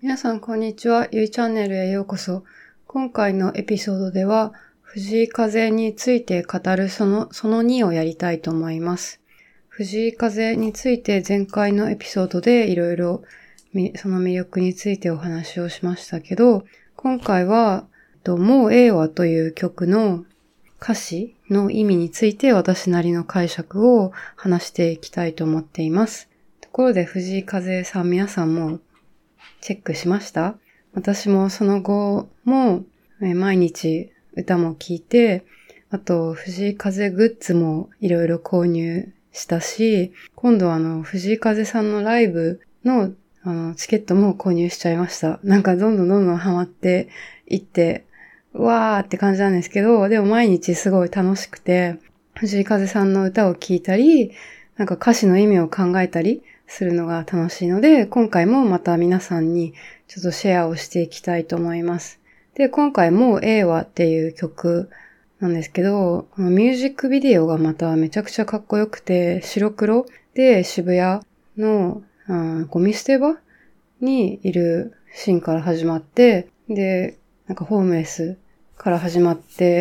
皆さんこんにちは。ゆいチャンネルへようこそ。今回のエピソードでは藤井風について語るその2をやりたいと思います。藤井風について前回のエピソードでいろいろその魅力についてお話をしましたけど、今回はもうええわという曲の歌詞の意味について私なりの解釈を話していきたいと思っています。ところで藤井風さん皆さんもチェックしました？私もその後も毎日歌も聴いて、あと藤井風グッズもいろいろ購入したし、今度藤井風さんのライブのチケットも購入しちゃいました。なんかどんどんハマっていって、うわーって感じなんですけど、でも毎日すごい楽しくて、藤井風さんの歌を聴いたり、なんか歌詞の意味を考えたりするのが楽しいので、今回もまた皆さんにちょっとシェアをしていきたいと思います。で、今回もうええわっていう曲なんですけど、このミュージックビデオがまためちゃくちゃかっこよくて、白黒で渋谷のゴミ捨て場にいるシーンから始まって、で、なんかホームレスから始まって、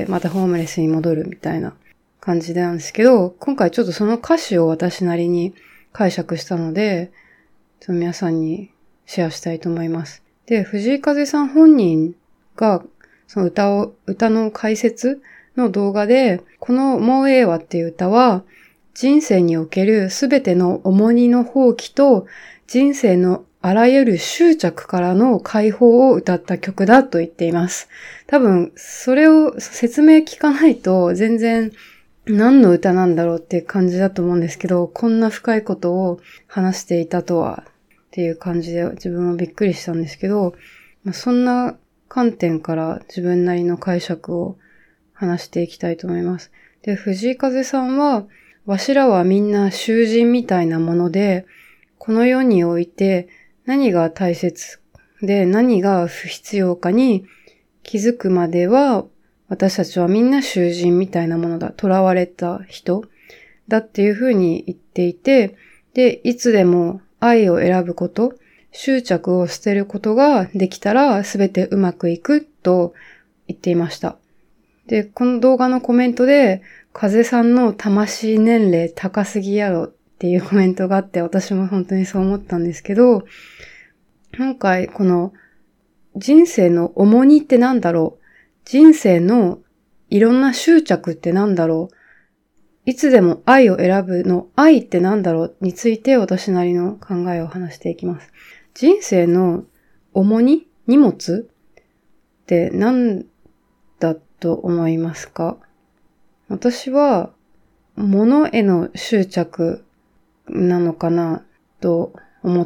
またホームレスに戻るみたいな感じなんですけど、今回ちょっとその歌詞を私なりに解釈したので、ちょっと皆さんにシェアしたいと思います。で、藤井風さん本人が、その歌の解説の動画で、このもうええわっていう歌は、人生におけるすべての重荷の放棄と、人生のあらゆる執着からの解放を歌った曲だと言っています。多分、それを説明聞かないと全然何の歌なんだろうっていう感じだと思うんですけど、こんな深いことを話していたとはっていう感じで自分もびっくりしたんですけど、そんな観点から自分なりの解釈を話していきたいと思います。で、藤井風さんは、わしらはみんな囚人みたいなもので、この世において何が大切で何が不必要かに気づくまでは、私たちはみんな囚人みたいなものだ。囚われた人だっていうふうに言っていて、で、いつでも愛を選ぶこと、執着を捨てることができたら全てうまくいくと言っていました。で、この動画のコメントで、風さんの魂年齢高すぎやろっていうコメントがあって、私も本当にそう思ったんですけど、今回この人生の重荷ってなんだろう？人生のいろんな執着ってなんだろう？いつでも愛を選ぶの愛ってなんだろうについて私なりの考えを話していきます。人生の重荷？荷物って何だと思いますか？私は物への執着なのかなと思って、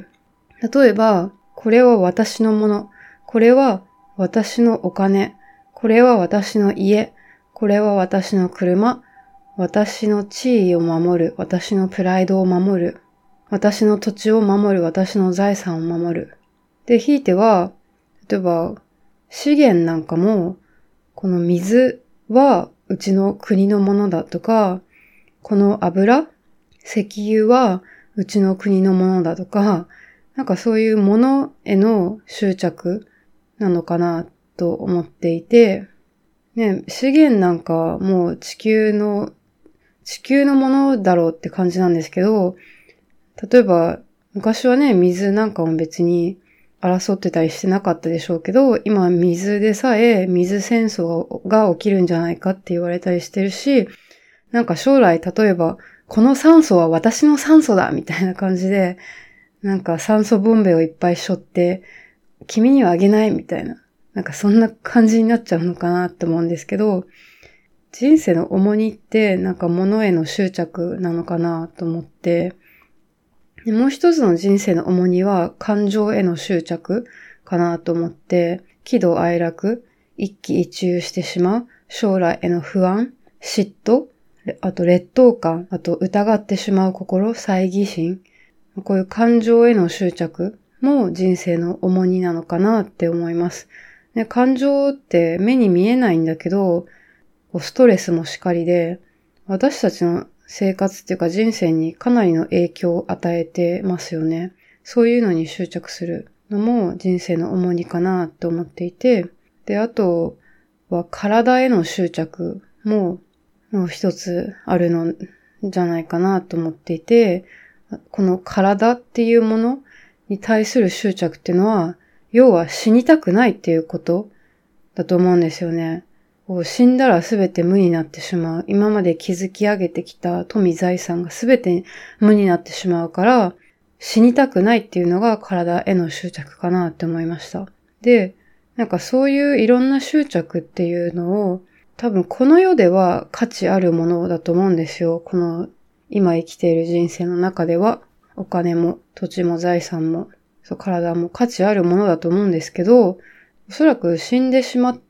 例えばこれは私のもの、これは私のお金、これは私の家、これは私の車、私の地位を守る、私のプライドを守る、私の土地を守る、私の財産を守る。で、ひいては、例えば資源なんかも、この水はうちの国のものだとか、この油、石油はうちの国のものだとか、なんかそういうものへの執着なのかなと思っていて、ね、資源なんかはもう地球のものだろうって感じなんですけど、例えば昔はね、水なんかも別に争ってたりしてなかったでしょうけど、今水でさえ水戦争が起きるんじゃないかって言われたりしてるし、なんか将来例えばこの酸素は私の酸素だみたいな感じで、なんか酸素ボンベをいっぱい背負って君にはあげないみたいな、なんかそんな感じになっちゃうのかなって思うんですけど、人生の重荷ってなんか物への執着なのかなと思って、でもう一つの人生の重荷は感情への執着かなと思って、喜怒哀楽、一喜一憂してしまう、将来への不安、嫉妬、あと劣等感、あと疑ってしまう心、猜疑心、こういう感情への執着も人生の重荷なのかなって思います。で、感情って目に見えないんだけど、ストレスもしかりで、私たちの生活っていうか人生にかなりの影響を与えてますよね。そういうのに執着するのも人生の重荷かなと思っていて、で、あとは体への執着も一つあるのじゃないかなと思っていて、この体っていうものに対する執着っていうのは、要は死にたくないっていうことだと思うんですよね。死んだらすべて無になってしまう。今まで築き上げてきた富財産がすべて無になってしまうから、死にたくないっていうのが体への執着かなって思いました。で、なんかそういういろんな執着っていうのを、多分この世では価値あるものだと思うんですよ。この今生きている人生の中では、お金も土地も財産も、体も価値あるものだと思うんですけど、おそらく死んでしまって、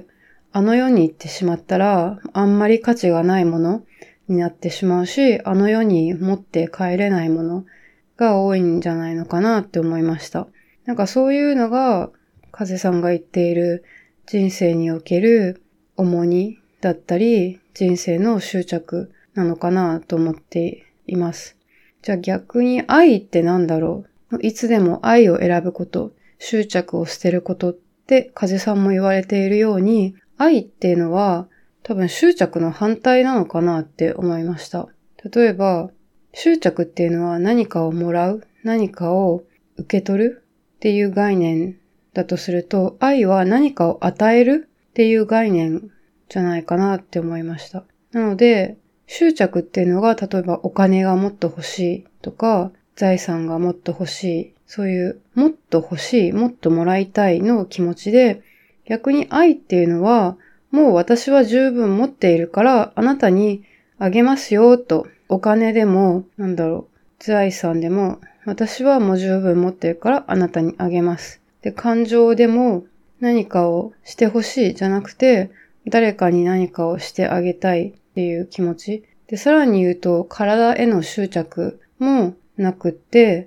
あの世に行ってしまったら、あんまり価値がないものになってしまうし、あの世に持って帰れないものが多いんじゃないのかなって思いました。なんかそういうのが、風さんが言っている人生における重荷だったり、人生の執着なのかなと思っています。じゃあ逆に愛ってなんだろう？いつでも愛を選ぶこと、執着を捨てることって風さんも言われているように、愛っていうのは多分執着の反対なのかなって思いました。例えば、執着っていうのは何かをもらう、何かを受け取るっていう概念だとすると、愛は何かを与えるっていう概念じゃないかなって思いました。なので、執着っていうのが例えばお金がもっと欲しいとか、財産がもっと欲しい、そういうもっと欲しい、もっともらいたいの気持ちで、逆に愛っていうのは、もう私は十分持っているからあなたにあげますよと、お金でも、財産でも、私はもう十分持っているからあなたにあげます。で、感情でも何かをしてほしいじゃなくて、誰かに何かをしてあげたいっていう気持ち。で、さらに言うと、体への執着もなくって、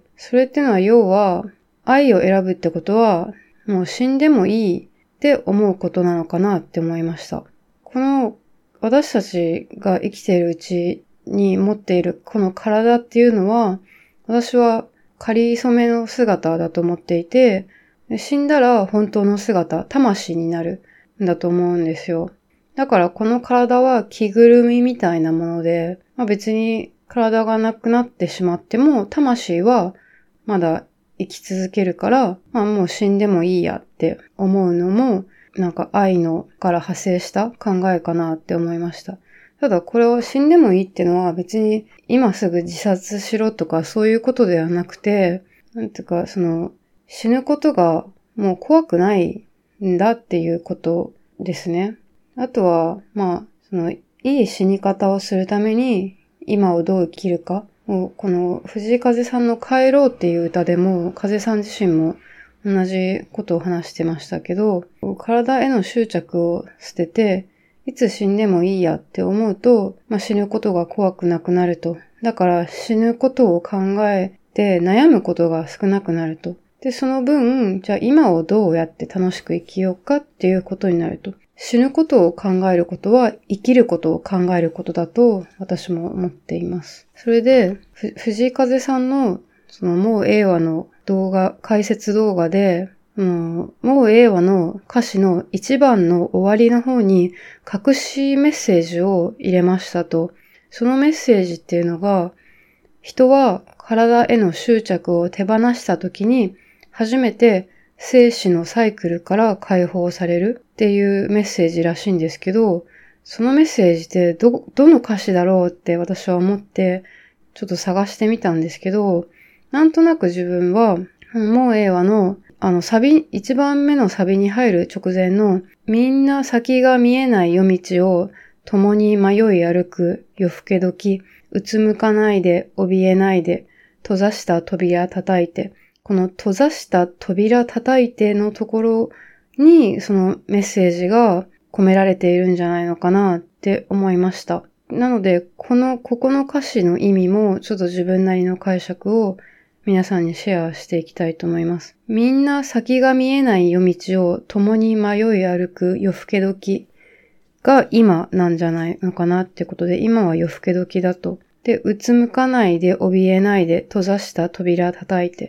それってのは要は、愛を選ぶってことは、もう死んでもいいって思うことなのかなって思いました。この、私たちが生きているうちに持っているこの体っていうのは、私は仮初めの姿だと思っていて、死んだら本当の姿、魂になるんだと思うんですよ。だからこの体は着ぐるみみたいなもので、別に体がなくなってしまっても、魂はまだ生き続けるから、もう死んでもいいやって思うのも、なんか愛のから派生した考えかなって思いました。ただこれを死んでもいいってのは別に今すぐ自殺しろとかそういうことではなくて、死ぬことがもう怖くないんだっていうことですね。あとは、いい死に方をするために今をどう生きるか。この藤井風さんの帰ろうっていう歌でも、風さん自身も同じことを話してましたけど、体への執着を捨てて、いつ死んでもいいやって思うと、死ぬことが怖くなくなると。だから死ぬことを考えて悩むことが少なくなると。で、その分、じゃあ今をどうやって楽しく生きようかっていうことになると。死ぬことを考えることは生きることを考えることだと私も思っています。それで、藤井風さんのもうええわの解説動画で、もうええわの歌詞の一番の終わりの方に隠しメッセージを入れましたと。そのメッセージっていうのが、人は体への執着を手放した時に初めて生死のサイクルから解放されるっていうメッセージらしいんですけど、そのメッセージってどの歌詞だろうって私は思ってちょっと探してみたんですけど、なんとなく自分はもうええわの一番目のサビに入る直前のみんな先が見えない夜道を共に迷い歩く夜更け時、うつむかないで怯えないで閉ざした扉叩いて、この閉ざした扉叩いてのところにそのメッセージが込められているんじゃないのかなって思いました。なのでここの歌詞の意味もちょっと自分なりの解釈を皆さんにシェアしていきたいと思います。みんな先が見えない夜道を共に迷い歩く夜更け時が今なんじゃないのかなってことで、今は夜更け時だと。で、うつむかないで怯えないで閉ざした扉叩いて。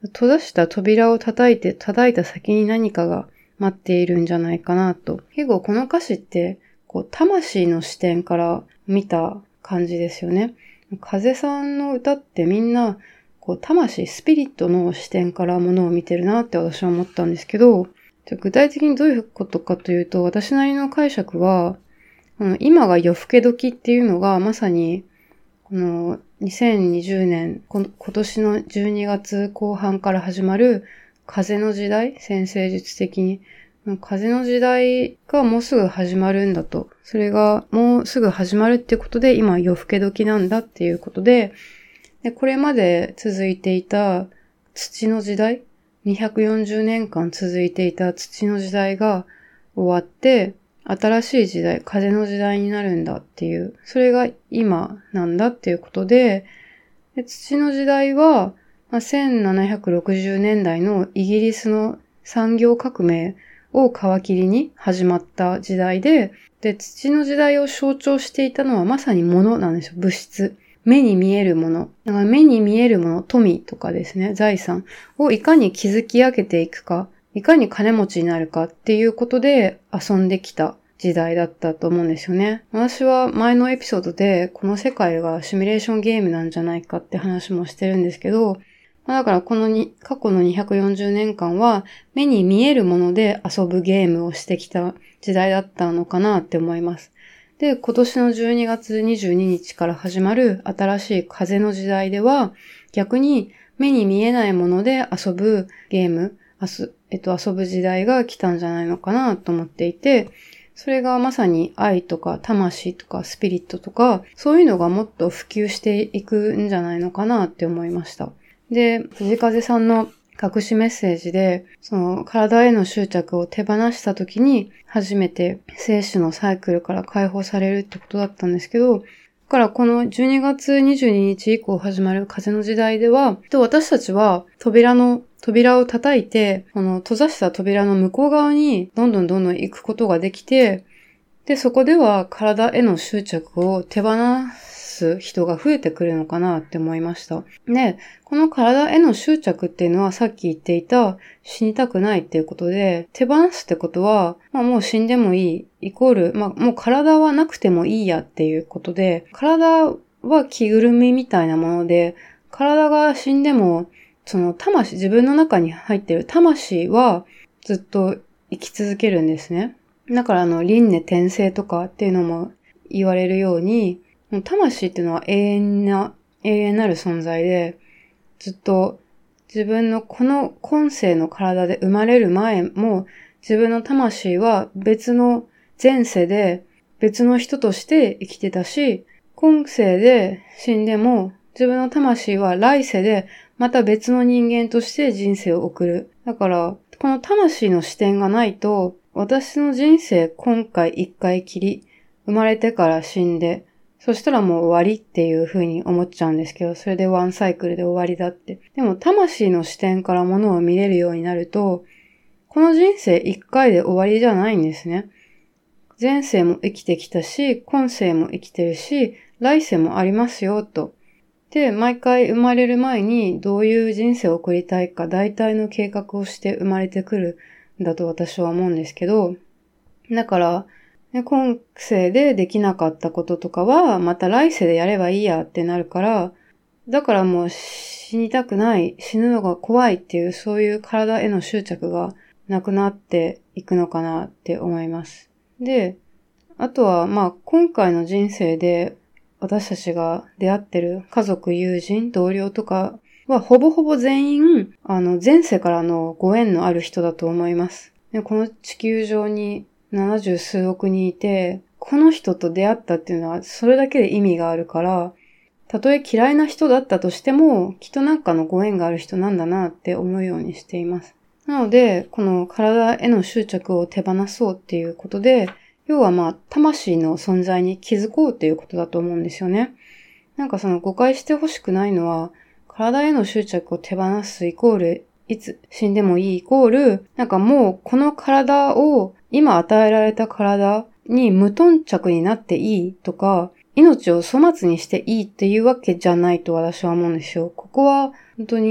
閉ざした扉を叩いた先に何かが待っているんじゃないかなと。結構この歌詞って、魂の視点から見た感じですよね。風さんの歌ってみんな、魂、スピリットの視点からものを見てるなって私は思ったんですけど、具体的にどういうことかというと、私なりの解釈は、今が夜更け時っていうのがまさに、この2020年、今年の12月後半から始まる風の時代、占星術的に。風の時代がもうすぐ始まるんだと。それがもうすぐ始まるってことで、今夜更け時なんだっていうことで、これまで続いていた土の時代、240年間続いていた土の時代が終わって、新しい時代、風の時代になるんだっていう、それが今なんだっていうことで、土の時代は、1760年代のイギリスの産業革命を皮切りに始まった時代で、土の時代を象徴していたのはまさに物なんですよ、物質。目に見えるもの。だから目に見えるもの、富とかですね、財産をいかに築き上げていくか、いかに金持ちになるかっていうことで遊んできた時代だったと思うんですよね。私は前のエピソードでこの世界がシミュレーションゲームなんじゃないかって話もしてるんですけど、だから過去の240年間は目に見えるもので遊ぶゲームをしてきた時代だったのかなって思います。で、今年の12月22日から始まる新しい風の時代では、逆に目に見えないもので遊ぶゲーム、遊ぶ時代が来たんじゃないのかなと思っていて、それがまさに愛とか魂とかスピリットとか、そういうのがもっと普及していくんじゃないのかなって思いました。で、藤風さんの隠しメッセージで、その体への執着を手放した時に初めて生死のサイクルから解放されるってことだったんですけど、だからこの12月22日以降始まる風の時代では、私たちは扉を叩いて、この閉ざした扉の向こう側にどんどん行くことができて、で、そこでは体への執着を手放す人が増えてくるのかなって思いました。で、この体への執着っていうのはさっき言っていた死にたくないっていうことで、手放すってことは、もう死んでもいい、イコール、もう体はなくてもいいやっていうことで、体は着ぐるみみたいなもので、体が死んでも、その魂、自分の中に入っている魂はずっと生き続けるんですね。だから輪廻転生とかっていうのも言われるように、魂っていうのは永遠なる存在で、ずっと自分のこの今世の体で生まれる前も、自分の魂は別の前世で別の人として生きてたし、今世で死んでも自分の魂は来世でまた別の人間として人生を送る。だから、この魂の視点がないと、私の人生今回一回きり、生まれてから死んで、そしたらもう終わりっていう風に思っちゃうんですけど、それでワンサイクルで終わりだって。でも魂の視点からものを見れるようになると、この人生一回で終わりじゃないんですね。前世も生きてきたし、今世も生きてるし、来世もありますよと。で、毎回生まれる前にどういう人生を送りたいか大体の計画をして生まれてくるんだと私は思うんですけど、だから、今世でできなかったこととかはまた来世でやればいいやってなるから、だからもう死にたくない、死ぬのが怖いっていうそういう体への執着がなくなっていくのかなって思います。で、あとは今回の人生で私たちが出会ってる家族、友人、同僚とかはほぼほぼ全員、前世からのご縁のある人だと思います。で、この地球上に70数億人いて、この人と出会ったっていうのはそれだけで意味があるから、たとえ嫌いな人だったとしても、きっとなんかのご縁がある人なんだなって思うようにしています。なので、この体への執着を手放そうっていうことで、要は魂の存在に気づこうっていうことだと思うんですよね。なんかその誤解してほしくないのは、体への執着を手放すイコール、いつ死んでもいいイコール、なんかもうこの体を、今与えられた体に無頓着になっていいとか、命を粗末にしていいっていうわけじゃないと私は思うんですよ。ここは本当に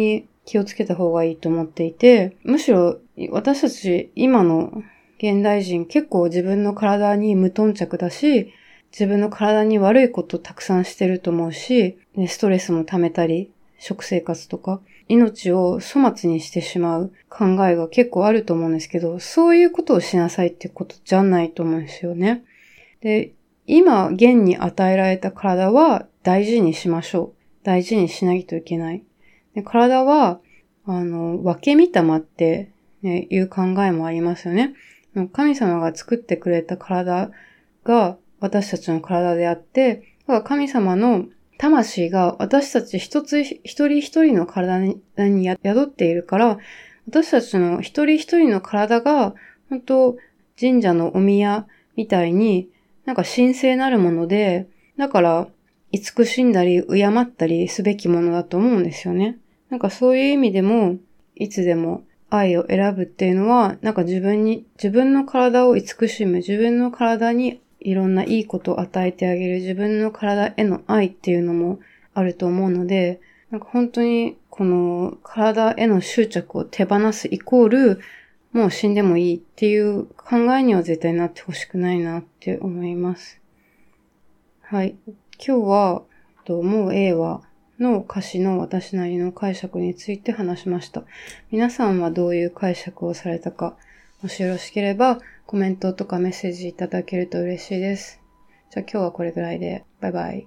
気をつけた方がいいと思っていて、むしろ私たち今の現代人結構自分の体に無頓着だし、自分の体に悪いことたくさんしてると思うし、ストレスも溜めたり、食生活とか、命を粗末にしてしまう考えが結構あると思うんですけど、そういうことをしなさいってことじゃないと思うんですよね。で、今、現に与えられた体は大事にしましょう。大事にしないといけない。で、体は、分け御霊って、ね、いう考えもありますよね。神様が作ってくれた体が私たちの体であって、だから神様の魂が私たち一人一人の体に宿っているから、私たちの一人一人の体が、本当神社のお宮みたいに、なんか神聖なるもので、だから、慈しんだり、敬ったりすべきものだと思うんですよね。なんかそういう意味でも、いつでも愛を選ぶっていうのは、なんか自分の体を慈しむ、自分の体にいろんないいことを与えてあげる、自分の体への愛っていうのもあると思うので、なんか本当にこの体への執着を手放すイコール、もう死んでもいいっていう考えには絶対なってほしくないなって思います。はい。今日は、もうええわの歌詞の私なりの解釈について話しました。皆さんはどういう解釈をされたか、もしよろしければコメントとかメッセージいただけると嬉しいです。じゃあ今日はこれぐらいで。バイバイ。